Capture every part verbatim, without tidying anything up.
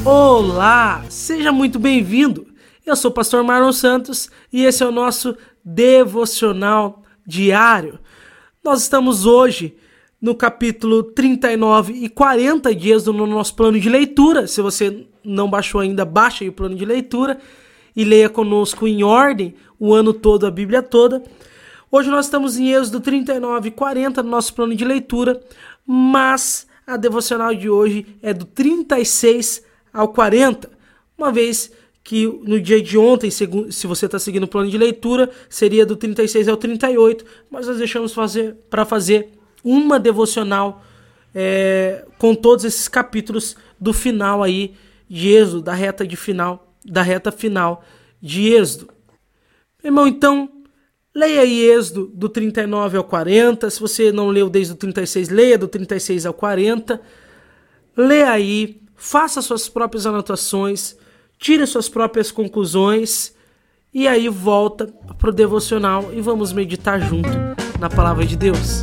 Olá, seja muito bem-vindo. Eu sou o pastor Marlon Santos e esse é o nosso devocional diário. Nós estamos hoje no capítulo trinta e nove e quarenta dias do nosso plano de leitura. Se você não baixou ainda, baixe aí o plano de leitura e leia conosco em ordem o ano todo, a Bíblia toda. Hoje nós estamos em Êxodo trinta e nove e quarenta no nosso plano de leitura, mas a devocional de hoje é do trinta e seis ao quarenta, uma vez que no dia de ontem, se você está seguindo o plano de leitura, seria do trinta e seis ao trinta e oito, mas nós deixamos fazer, para fazer uma devocional é, com todos esses capítulos do final aí de Êxodo, da reta, de final, da reta final de Êxodo. Irmão, então, leia aí Êxodo do trinta e nove ao quarenta, se você não leu desde o trinta e seis, leia do trinta e seis ao quarenta, leia aí, faça suas próprias anotações, tire suas próprias conclusões e aí volta para o devocional e vamos meditar junto na palavra de Deus.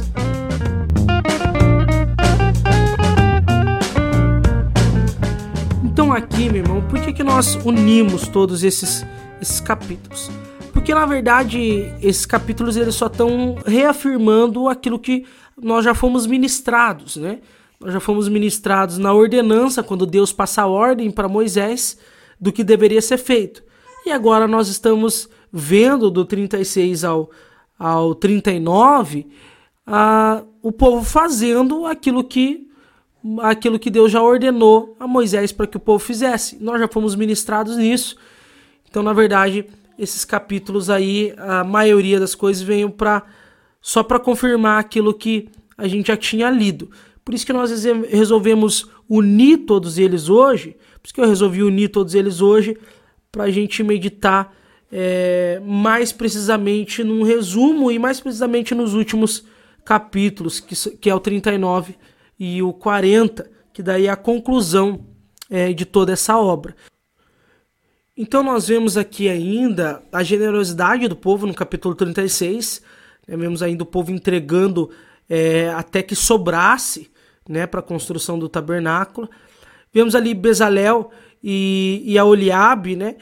Então aqui, meu irmão, por que, que nós unimos todos esses, esses capítulos? Porque na verdade esses capítulos eles só estão reafirmando aquilo que nós já fomos ministrados, né? Nós já fomos ministrados na ordenança, quando Deus passa a ordem para Moisés do que deveria ser feito. E agora nós estamos vendo do trinta e seis ao, ao trinta e nove a, o povo fazendo aquilo que, aquilo que Deus já ordenou a Moisés para que o povo fizesse. Nós já fomos ministrados nisso. Então, na verdade, esses capítulos aí, a maioria das coisas vêm pra, só para confirmar aquilo que a gente já tinha lido. Por isso que nós resolvemos unir todos eles hoje, por isso que eu resolvi unir todos eles hoje, para a gente meditar é, mais precisamente num resumo e mais precisamente nos últimos capítulos, que, que é o trinta e nove e o quarenta, que daí é a conclusão é, de toda essa obra. Então nós vemos aqui ainda a generosidade do povo no capítulo trinta e seis, né, vemos ainda o povo entregando é, até que sobrasse, né, para a construção do tabernáculo. Vemos ali Bezalel e, e Aholiabe, né,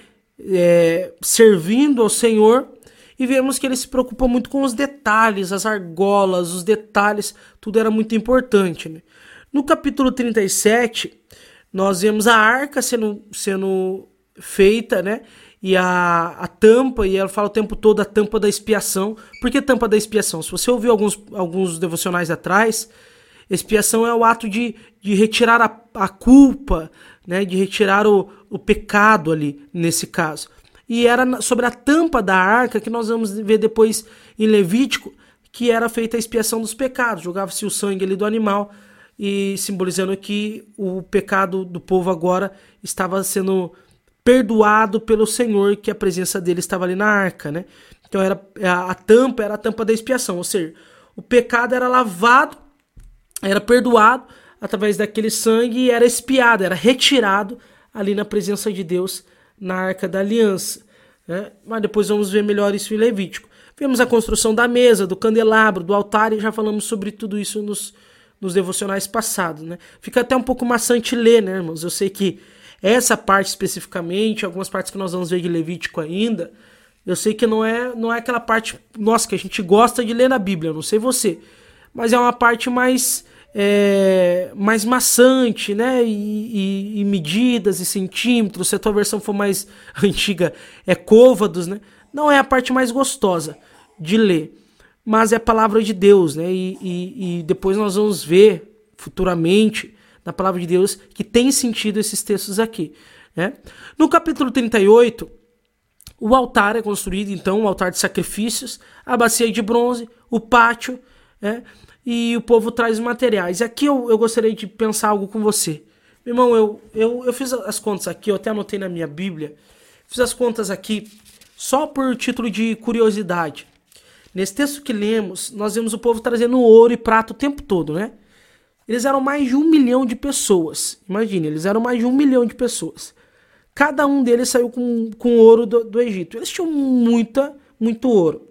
é, servindo ao Senhor, e vemos que ele se preocupa muito com os detalhes, as argolas, os detalhes, tudo era muito importante, né? No capítulo trinta e sete, nós vemos a arca sendo, sendo feita, né, e a, a tampa, e ela fala o tempo todo a tampa da expiação. Por que tampa da expiação? Se você ouviu alguns, alguns devocionais atrás, expiação é o ato de, de retirar a, a culpa, né, de retirar o, o pecado ali, nesse caso. E era sobre a tampa da arca que nós vamos ver depois em Levítico, que era feita a expiação dos pecados. Jogava-se o sangue ali do animal, e simbolizando que o pecado do povo agora estava sendo perdoado pelo Senhor, que a presença dele estava ali na arca, né? Então era, a, a tampa era a tampa da expiação, ou seja, o pecado era lavado, era perdoado através daquele sangue e era expiado, era retirado ali na presença de Deus na Arca da Aliança, né? Mas depois vamos ver melhor isso em Levítico. Vemos a construção da mesa, do candelabro, do altar, e já falamos sobre tudo isso nos, nos devocionais passados, né? Fica até um pouco maçante ler, né, irmãos? Eu sei que essa parte especificamente, algumas partes que nós vamos ver de Levítico ainda, eu sei que não é, não é aquela parte, nossa, que a gente gosta de ler na Bíblia, eu não sei você, mas é uma parte mais, é, mais maçante, né? E, e, e medidas e centímetros. Se a tua versão for mais antiga, é côvados, né? Não é a parte mais gostosa de ler, mas é a palavra de Deus, né? E, e, e depois nós vamos ver futuramente na palavra de Deus que tem sentido esses textos aqui, né? No capítulo trinta e oito, o altar é construído, então, o altar de sacrifícios, a bacia de bronze, o pátio, né? E o povo traz materiais. E aqui eu, eu gostaria de pensar algo com você. Meu irmão, eu, eu, eu fiz as contas aqui, eu até anotei na minha Bíblia, fiz as contas aqui só por título de curiosidade. Nesse texto que lemos, nós vemos o povo trazendo ouro e prata o tempo todo, né? Eles eram mais de um milhão de pessoas. Imagine, eles eram mais de um milhão de pessoas. Cada um deles saiu com, com ouro do, do Egito. Eles tinham muita, muito ouro.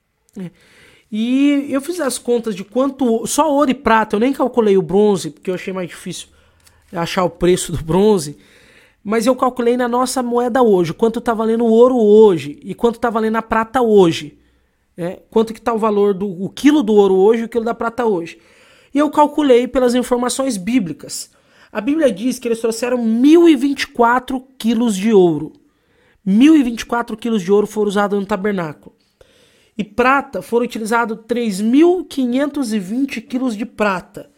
E eu fiz as contas de quanto... Só ouro e prata, eu nem calculei o bronze, porque eu achei mais difícil achar o preço do bronze. mas eu calculei na nossa moeda hoje, quanto está valendo o ouro hoje e quanto está valendo a prata hoje. Né? Quanto que está o valor do o quilo do ouro hoje e o quilo da prata hoje. E eu calculei pelas informações bíblicas. A Bíblia diz que eles trouxeram mil e vinte e quatro quilos de ouro. mil e vinte e quatro quilos de ouro foram usados no tabernáculo. E prata foram utilizados três mil quinhentos e vinte quilos de prata.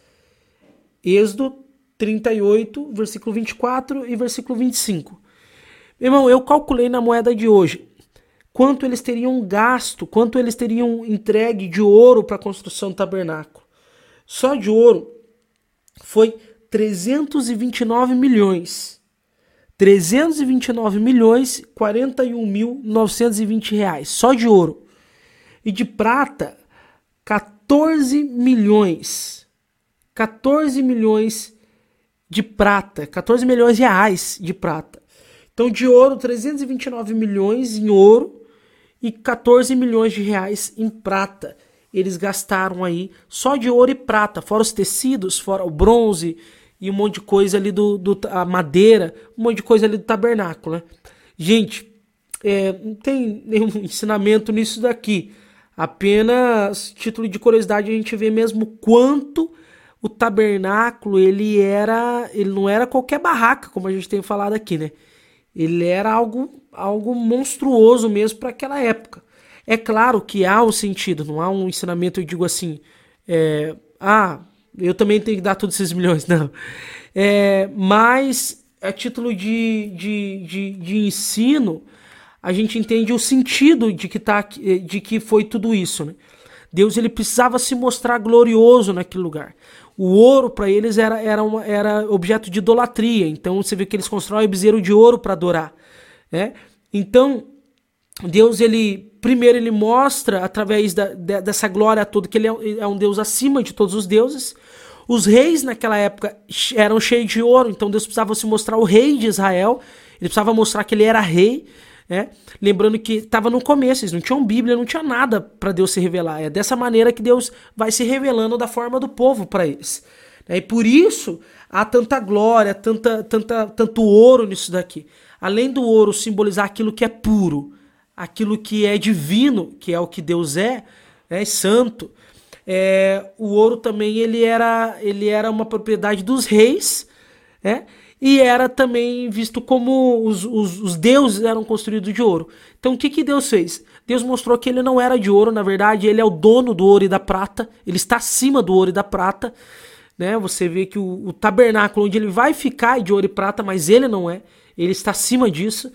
Êxodo trinta e oito, versículo vinte e quatro e versículo vinte e cinco. Meu irmão, eu calculei na moeda de hoje quanto eles teriam gasto, quanto eles teriam entregue de ouro para a construção do tabernáculo. Só de ouro foi trezentos e vinte e nove milhões. trezentos e vinte e nove milhões, quarenta e um mil, novecentos e vinte reais. Só de ouro. E de prata, quatorze milhões. quatorze milhões de prata. quatorze milhões de reais de prata. Então, de ouro, trezentos e vinte e nove milhões em ouro e quatorze milhões de reais em prata. Eles gastaram aí só de ouro e prata, fora os tecidos, fora o bronze e um monte de coisa ali do, do a madeira, um monte de coisa ali do tabernáculo, né? Gente, é, não tem nenhum ensinamento nisso daqui. Apenas título de curiosidade, a gente vê mesmo quanto o tabernáculo, ele era, ele não era qualquer barraca, como a gente tem falado aqui, né? Ele era algo, algo monstruoso mesmo para aquela época. É claro que há um sentido, não há um ensinamento, eu digo assim, é, ah, eu também tenho que dar todos esses milhões, não. É, mas, a título de, de, de, de ensino, a gente entende o sentido de que, tá, de que foi tudo isso, né? Deus, ele precisava se mostrar glorioso naquele lugar. O ouro para eles era, era, uma, era objeto de idolatria. Então você vê que eles constroem bezerro de ouro para adorar, né? Então Deus, ele primeiro ele mostra através da, de, dessa glória toda que ele é, é um Deus acima de todos os deuses. Os reis naquela época eram cheios de ouro, então Deus precisava se mostrar o rei de Israel. Ele precisava mostrar que ele era rei. É, lembrando que estava no começo, eles não tinham Bíblia, não tinha nada para Deus se revelar. É dessa maneira que Deus vai se revelando da forma do povo para eles. É, e por isso há tanta glória, tanta, tanta, tanto ouro nisso daqui. Além do ouro simbolizar aquilo que é puro, aquilo que é divino, que é o que Deus é, é santo. É, o ouro também ele era, ele era uma propriedade dos reis, é, e era também visto como os, os, os deuses eram construídos de ouro. Então o que, que Deus fez? Deus mostrou que ele não era de ouro, na verdade ele é o dono do ouro e da prata, ele está acima do ouro e da prata, né? Você vê que o, o tabernáculo onde ele vai ficar é de ouro e prata, mas ele não é, ele está acima disso,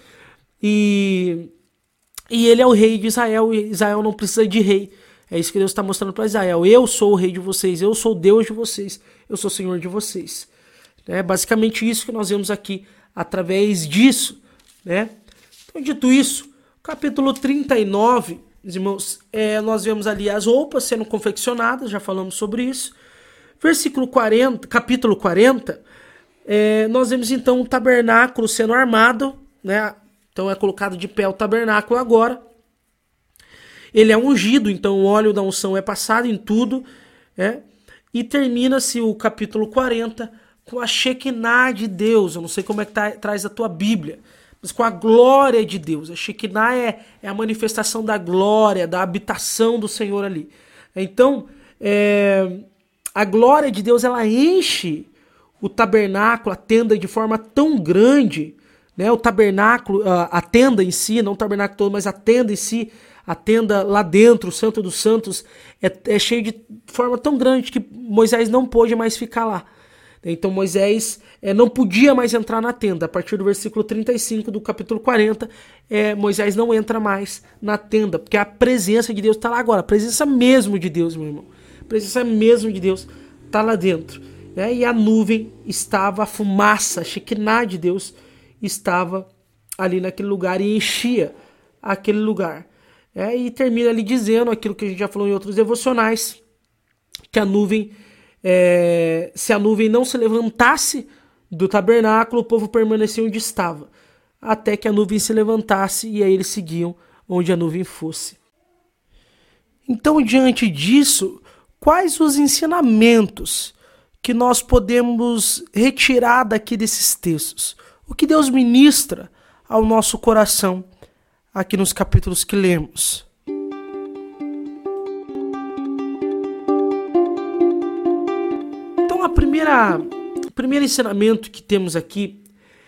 e, e ele é o rei de Israel, e Israel não precisa de rei. É isso que Deus está mostrando para Israel: eu sou o rei de vocês, eu sou o Deus de vocês, eu sou o Senhor de vocês. É basicamente isso que nós vemos aqui, através disso, né? Então, dito isso, capítulo trinta e nove, meus irmãos, é, nós vemos ali as roupas sendo confeccionadas, já falamos sobre isso. Versículo quarenta, capítulo quarenta, é, nós vemos então o tabernáculo sendo armado, né? Então é colocado de pé o tabernáculo agora. Ele é ungido, então o óleo da unção é passado em tudo, né? E termina-se o capítulo quarenta com a Shekinah de Deus. Eu não sei como é que tá, traz a tua Bíblia, mas com a glória de Deus. A Shekinah é, é a manifestação da glória, da habitação do Senhor ali. Então, é, a glória de Deus, ela enche o tabernáculo, a tenda, de forma tão grande, né? O tabernáculo, a, a tenda em si, não o tabernáculo todo, mas a tenda em si, a tenda lá dentro, o Santo dos Santos, é, é cheio de forma tão grande que Moisés não pôde mais ficar lá. Então Moisés é, não podia mais entrar na tenda. A partir do versículo trinta e cinco do capítulo quarenta, é, Moisés não entra mais na tenda, porque a presença de Deus está lá agora. A presença mesmo de Deus, meu irmão. A presença mesmo de Deus está lá dentro. Né? E a nuvem estava, a fumaça, a Shekinah de Deus estava ali naquele lugar e enchia aquele lugar. É, e termina ali dizendo aquilo que a gente já falou em outros devocionais, que a nuvem... É, se a nuvem não se levantasse do tabernáculo, o povo permanecia onde estava, até que a nuvem se levantasse, e aí eles seguiam onde a nuvem fosse. Então, diante disso, quais os ensinamentos que nós podemos retirar daqui desses textos? O que Deus ministra ao nosso coração aqui nos capítulos que lemos. Então, a primeira, o primeiro ensinamento que temos aqui,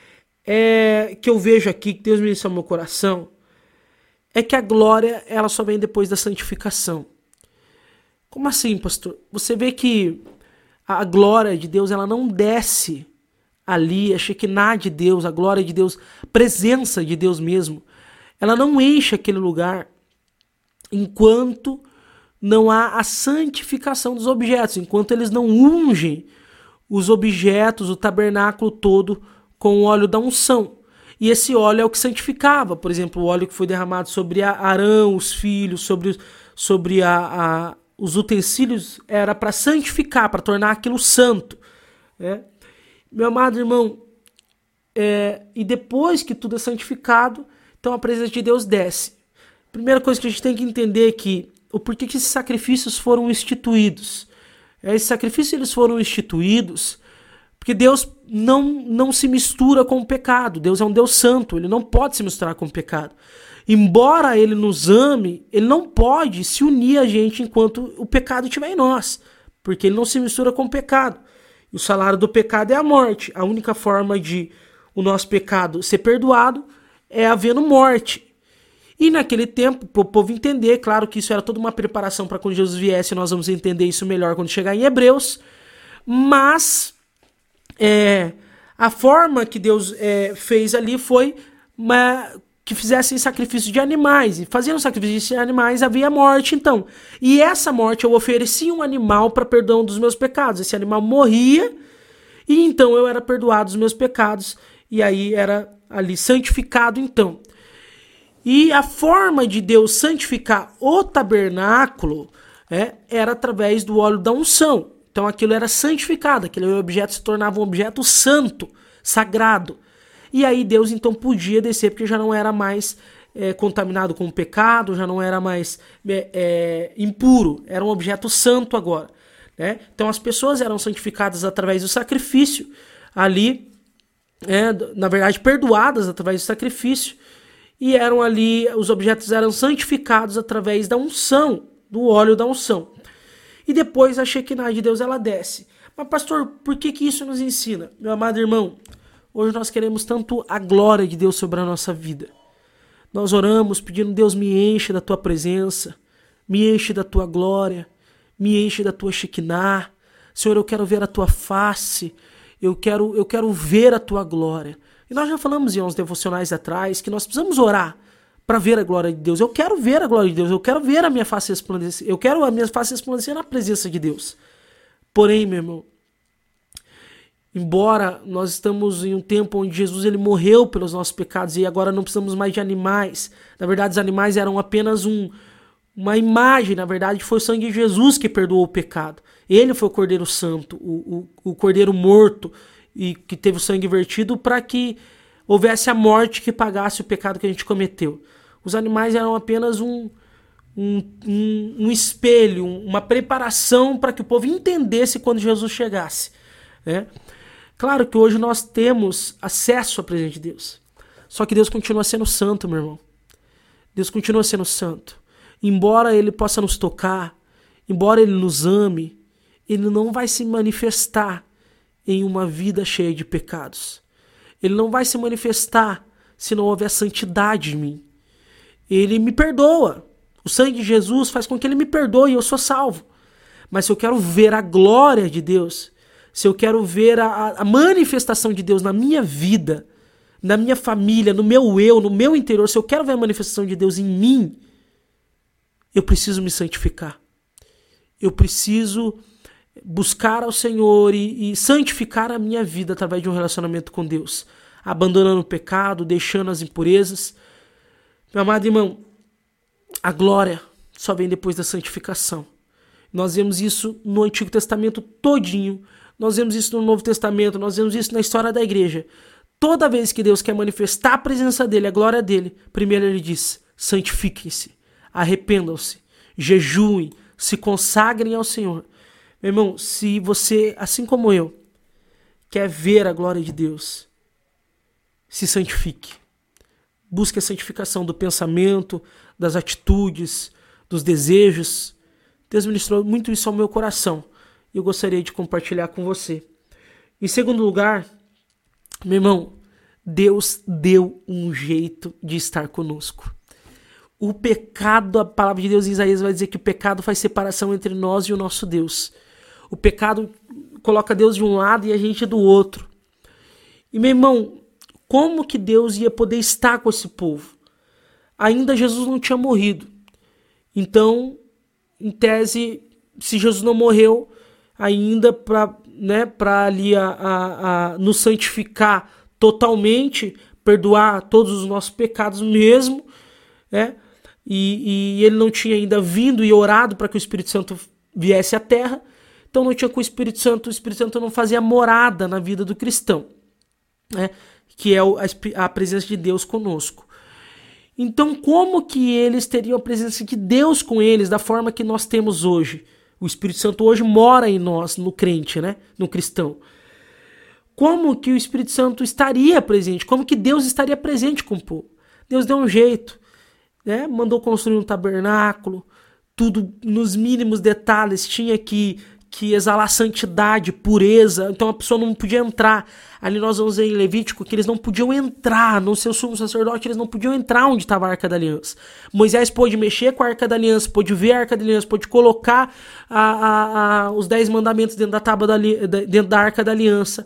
é, que eu vejo aqui, que Deus ministra ao meu coração, é que a glória ela só vem depois da santificação. Como assim, pastor? Você vê que a glória de Deus ela não desce ali, a Shekinah de Deus, a glória de Deus, a presença de Deus mesmo, ela não enche aquele lugar enquanto não há a santificação dos objetos, enquanto eles não ungem os objetos, o tabernáculo todo com o óleo da unção. E esse óleo é o que santificava, por exemplo, o óleo que foi derramado sobre Arão, os filhos, sobre, sobre a, a, os utensílios, era para santificar, para tornar aquilo santo. Né? Meu amado irmão, é, e depois que tudo é santificado, então a presença de Deus desce. Primeira coisa que a gente tem que entender é que o porquê que esses sacrifícios foram instituídos. É, esses sacrifícios eles foram instituídos porque Deus não, não se mistura com o pecado. Deus é um Deus santo, ele não pode se misturar com o pecado. Embora ele nos ame, ele não pode se unir a gente enquanto o pecado estiver em nós, porque ele não se mistura com o pecado. E o salário do pecado é a morte. A única forma de o nosso pecado ser perdoado é havendo morte. E naquele tempo, para o povo entender, claro que isso era toda uma preparação para quando Jesus viesse, nós vamos entender isso melhor quando chegar em Hebreus, mas é, a forma que Deus é, fez ali foi uma, que fizessem sacrifício de animais, e fazendo sacrifício de animais havia morte então, e essa morte eu oferecia um animal para perdão dos meus pecados, esse animal morria, e então eu era perdoado dos meus pecados, e aí era ali santificado então. E a forma de Deus santificar o tabernáculo é, era através do óleo da unção. Então aquilo era santificado, aquele objeto se tornava um objeto santo, sagrado. E aí Deus então podia descer, porque já não era mais é, contaminado com o pecado, já não era mais é, é, impuro, era um objeto santo agora. Né? Então as pessoas eram santificadas através do sacrifício, ali, é, na verdade perdoadas através do sacrifício, e eram ali, os objetos eram santificados através da unção, do óleo da unção. E depois a Shekinah de Deus ela desce. Mas pastor, por que que isso nos ensina? Meu amado irmão, hoje nós queremos tanto a glória de Deus sobre a nossa vida. Nós oramos pedindo, Deus, me enche da tua presença, me enche da tua glória, me enche da tua Shekinah. Senhor, eu quero ver a tua face, eu quero, eu quero ver a tua glória. E nós já falamos em uns devocionais atrás que nós precisamos orar para ver a glória de Deus. Eu quero ver a glória de Deus, eu quero ver a minha face resplandecer, eu quero a minha face resplandecer na presença de Deus. Porém, meu irmão, embora nós estamos em um tempo onde Jesus ele morreu pelos nossos pecados e agora não precisamos mais de animais. Na verdade, os animais eram apenas um, uma imagem, na verdade foi o sangue de Jesus que perdoou o pecado. Ele foi o Cordeiro Santo, o, o, o Cordeiro morto, e que teve o sangue vertido para que houvesse a morte que pagasse o pecado que a gente cometeu. Os animais eram apenas um, um, um, um espelho, uma preparação para que o povo entendesse quando Jesus chegasse. Né? Claro que hoje nós temos acesso à presença de Deus. Só que Deus continua sendo santo, meu irmão. Deus continua sendo santo. Embora Ele possa nos tocar, embora Ele nos ame, Ele não vai se manifestar em uma vida cheia de pecados. Ele não vai se manifestar se não houver santidade em mim. Ele me perdoa. O sangue de Jesus faz com que ele me perdoe e eu sou salvo. Mas se eu quero ver a glória de Deus, se eu quero ver a, a manifestação de Deus na minha vida, na minha família, no meu eu, no meu interior, se eu quero ver a manifestação de Deus em mim, eu preciso me santificar. Eu preciso buscar ao Senhor e, e santificar a minha vida através de um relacionamento com Deus, abandonando o pecado, deixando as impurezas. Meu amado irmão, a glória só vem depois da santificação. Nós vemos isso no Antigo Testamento todinho, nós vemos isso no Novo Testamento, nós vemos isso na história da igreja. Toda vez que Deus quer manifestar a presença dele, a glória dele, primeiro ele diz, santifiquem-se, arrependam-se, jejuem, se consagrem ao Senhor. Meu irmão, se você, assim como eu, quer ver a glória de Deus, se santifique. Busque a santificação do pensamento, das atitudes, dos desejos. Deus ministrou muito isso ao meu coração e eu gostaria de compartilhar com você. Em segundo lugar, meu irmão, Deus deu um jeito de estar conosco. O pecado, a palavra de Deus em Isaías vai dizer que o pecado faz separação entre nós e o nosso Deus. O pecado coloca Deus de um lado e a gente do outro. E meu irmão, como que Deus ia poder estar com esse povo? Ainda Jesus não tinha morrido. Então, em tese, se Jesus não morreu, ainda para, né, para ali a, a, a nos santificar totalmente, perdoar todos os nossos pecados mesmo, né? E, e ele não tinha ainda vindo e orado para que o Espírito Santo viesse à terra, então não tinha com o Espírito Santo, o Espírito Santo não fazia morada na vida do cristão, né? Que é a, a presença de Deus conosco. Então como que eles teriam a presença de Deus com eles da forma que nós temos hoje? O Espírito Santo hoje mora em nós, no crente, né? No cristão. Como que o Espírito Santo estaria presente? Como que Deus estaria presente com o povo? Deus deu um jeito, né? Mandou construir um tabernáculo, tudo nos mínimos detalhes, tinha que, que exalar santidade, pureza, então a pessoa não podia entrar. Ali nós vamos ver em Levítico que eles não podiam entrar, no seu sumo sacerdote, eles não podiam entrar onde estava a Arca da Aliança. Moisés pôde mexer com a Arca da Aliança, pôde ver a Arca da Aliança, pôde colocar a, a, a, os dez mandamentos dentro da, tábua da, dentro da Arca da Aliança,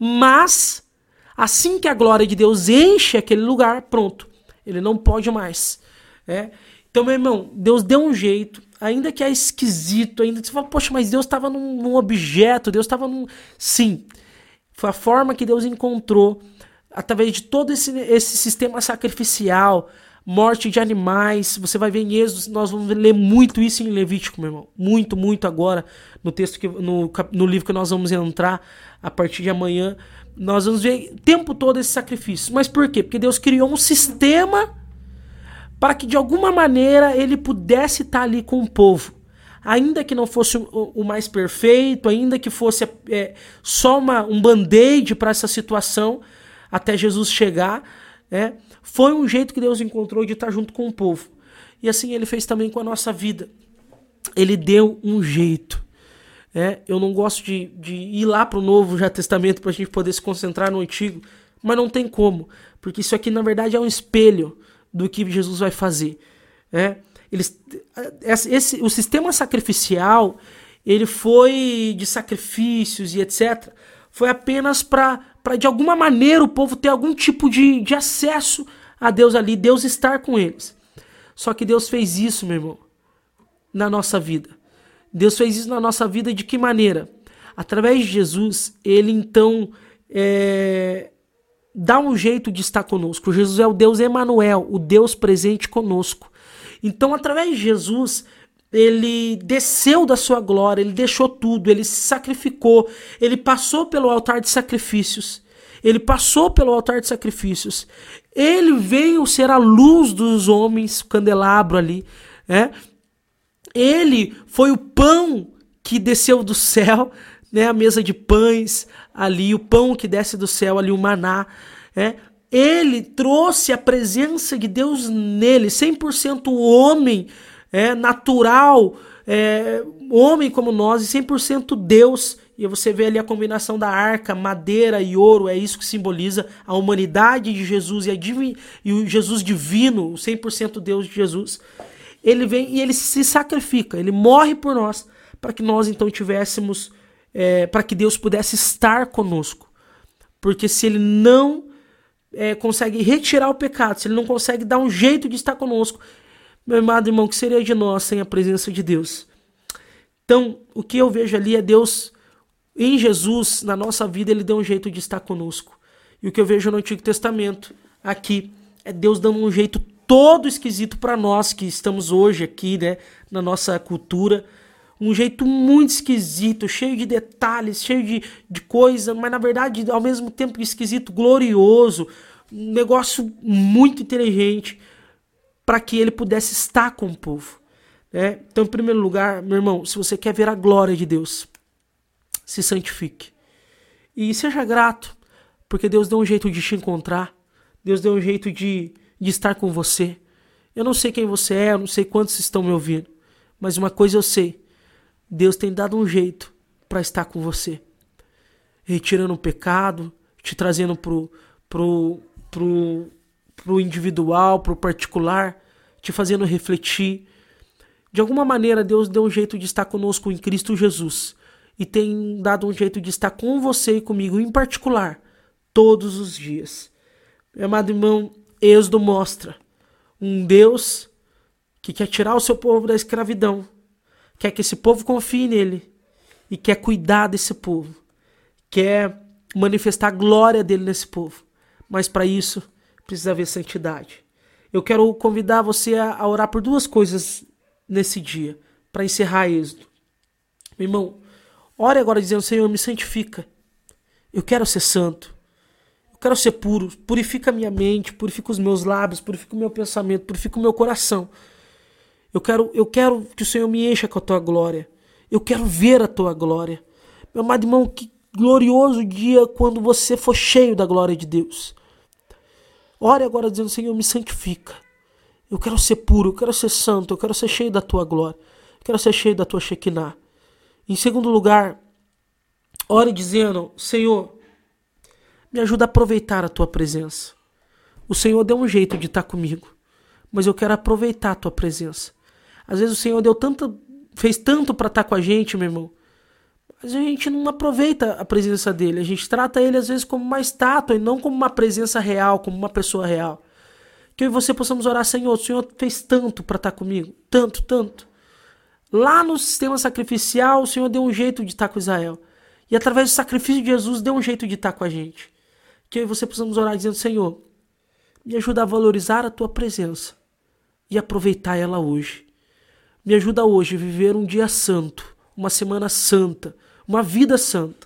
mas assim que a glória de Deus enche aquele lugar, pronto, ele não pode mais. É? Então, meu irmão, Deus deu um jeito, ainda que é esquisito, ainda que você fala, poxa, mas Deus estava num, num objeto, Deus estava num... Sim, foi a forma que Deus encontrou, através de todo esse, esse sistema sacrificial, morte de animais. Você vai ver em Êxodo, nós vamos ler muito isso em Levítico, meu irmão. Muito, muito agora, no texto que, no, no livro que nós vamos entrar a partir de amanhã. Nós vamos ver o tempo todo esse sacrifício. Mas por quê? Porque Deus criou um sistema para que de alguma maneira ele pudesse estar ali com o povo. Ainda que não fosse o, o mais perfeito, ainda que fosse é, só uma, um band-aid para essa situação, até Jesus chegar, né, foi um jeito que Deus encontrou de estar junto com o povo. E assim ele fez também com a nossa vida. Ele deu um jeito. Né? Eu não gosto de, de ir lá para o Novo já Testamento para a gente poder se concentrar no Antigo, mas não tem como, porque isso aqui na verdade é um espelho do que Jesus vai fazer. Né? Eles, esse, o sistema sacrificial, ele foi de sacrifícios e etcétera, foi apenas para de alguma maneira o povo ter algum tipo de, de acesso a Deus ali, Deus estar com eles. Só que Deus fez isso, meu irmão, na nossa vida. Deus fez isso na nossa vida de que maneira? Através de Jesus, ele então é, dá um jeito de estar conosco. Jesus é o Deus Emanuel, o Deus presente conosco. Então, através de Jesus, ele desceu da sua glória, ele deixou tudo, ele se sacrificou, ele passou pelo altar de sacrifícios, ele passou pelo altar de sacrifícios, ele veio ser a luz dos homens, o candelabro ali, né? Ele foi o pão que desceu do céu, né? A mesa de pães ali, o pão que desce do céu ali, o maná, né? Ele trouxe a presença de Deus nele, cem por cento homem, é, natural, é, homem como nós, e cem por cento Deus. E você vê ali a combinação da arca, madeira e ouro, é isso que simboliza a humanidade de Jesus e, a divi- e o Jesus divino, o cem por cento Deus de Jesus. Ele vem e ele se sacrifica, ele morre por nós, para que nós então tivéssemos, é, para que Deus pudesse estar conosco. Porque se ele não é, consegue retirar o pecado, se ele não consegue dar um jeito de estar conosco, meu amado irmão, o que seria de nós sem a presença de Deus? Então, o que eu vejo ali é Deus, em Jesus, na nossa vida, ele deu um jeito de estar conosco. E o que eu vejo no Antigo Testamento, aqui, é Deus dando um jeito todo esquisito para nós que estamos hoje aqui, né, na nossa cultura, um jeito muito esquisito, cheio de detalhes, cheio de, de coisa, mas na verdade, ao mesmo tempo esquisito, glorioso, um negócio muito inteligente, para que ele pudesse estar com o povo. Né? Então, em primeiro lugar, meu irmão, se você quer ver a glória de Deus, se santifique. E seja grato, porque Deus deu um jeito de te encontrar. Deus deu um jeito de, de estar com você. Eu não sei quem você é, eu não sei quantos estão me ouvindo, mas uma coisa eu sei, Deus tem dado um jeito para estar com você, retirando o pecado, te trazendo pro, pro, pro, pro individual, pro particular, te fazendo refletir. De alguma maneira Deus deu um jeito de estar conosco em Cristo Jesus e tem dado um jeito de estar com você e comigo em particular todos os dias. Meu amado irmão, Êxodo mostra um Deus que quer tirar o seu povo da escravidão, quer que esse povo confie nele e quer cuidar desse povo, quer manifestar a glória dele nesse povo. Mas para isso precisa haver santidade. Eu quero convidar você a orar por duas coisas nesse dia, para encerrar Êxodo. Meu irmão, ore agora dizendo: Senhor, me santifica. Eu quero ser santo. Eu quero ser puro. Purifica a minha mente, purifica os meus lábios, purifica o meu pensamento, purifica o meu coração. Eu quero, eu quero que o Senhor me encha com a tua glória. Eu quero ver a tua glória. Meu amado irmão, que glorioso dia quando você for cheio da glória de Deus. Ore agora dizendo: Senhor, me santifica. Eu quero ser puro, eu quero ser santo, eu quero ser cheio da tua glória. Eu quero ser cheio da tua Shekinah. Em segundo lugar, ore dizendo: Senhor, me ajuda a aproveitar a tua presença. O Senhor deu um jeito de estar comigo, mas eu quero aproveitar a tua presença. Às vezes o Senhor deu tanto, fez tanto para estar com a gente, meu irmão, mas a gente não aproveita a presença dele. A gente trata ele às vezes como uma estátua e não como uma presença real, como uma pessoa real. Que eu e você possamos orar: Senhor, o Senhor fez tanto para estar comigo, tanto, tanto. Lá no sistema sacrificial, o Senhor deu um jeito de estar com Israel. E através do sacrifício de Jesus, deu um jeito de estar com a gente. Que eu e você possamos orar dizendo: Senhor, me ajuda a valorizar a tua presença e aproveitar ela hoje. Me ajuda hoje a viver um dia santo, uma semana santa, uma vida santa.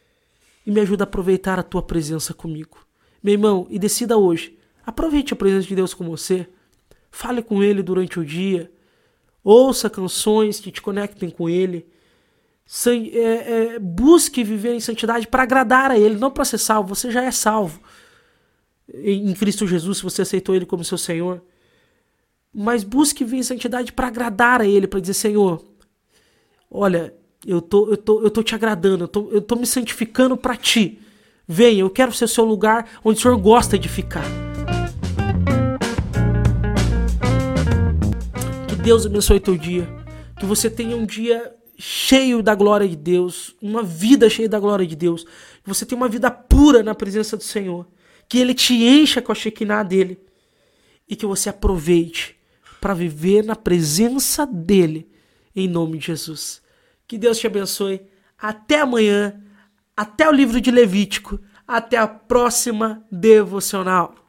E me ajuda a aproveitar a tua presença comigo. Meu irmão, e decida hoje. Aproveite a presença de Deus com você. Fale com Ele durante o dia. Ouça canções que te conectem com Ele. É, é, busque viver em santidade para agradar a Ele, não para ser salvo. Você já é salvo em Cristo Jesus, se você aceitou Ele como seu Senhor. Mas busque viver em santidade para agradar a Ele, para dizer: Senhor, olha, eu tô, eu tô, eu tô te agradando, eu tô, eu tô me santificando para Ti. Venha, eu quero ser o seu lugar onde o Senhor gosta de ficar. Deus abençoe teu dia, que você tenha um dia cheio da glória de Deus, uma vida cheia da glória de Deus, que você tenha uma vida pura na presença do Senhor, que Ele te encha com a Shekinah dEle e que você aproveite para viver na presença dEle, em nome de Jesus. Que Deus te abençoe. Até amanhã, até o livro de Levítico, até a próxima devocional.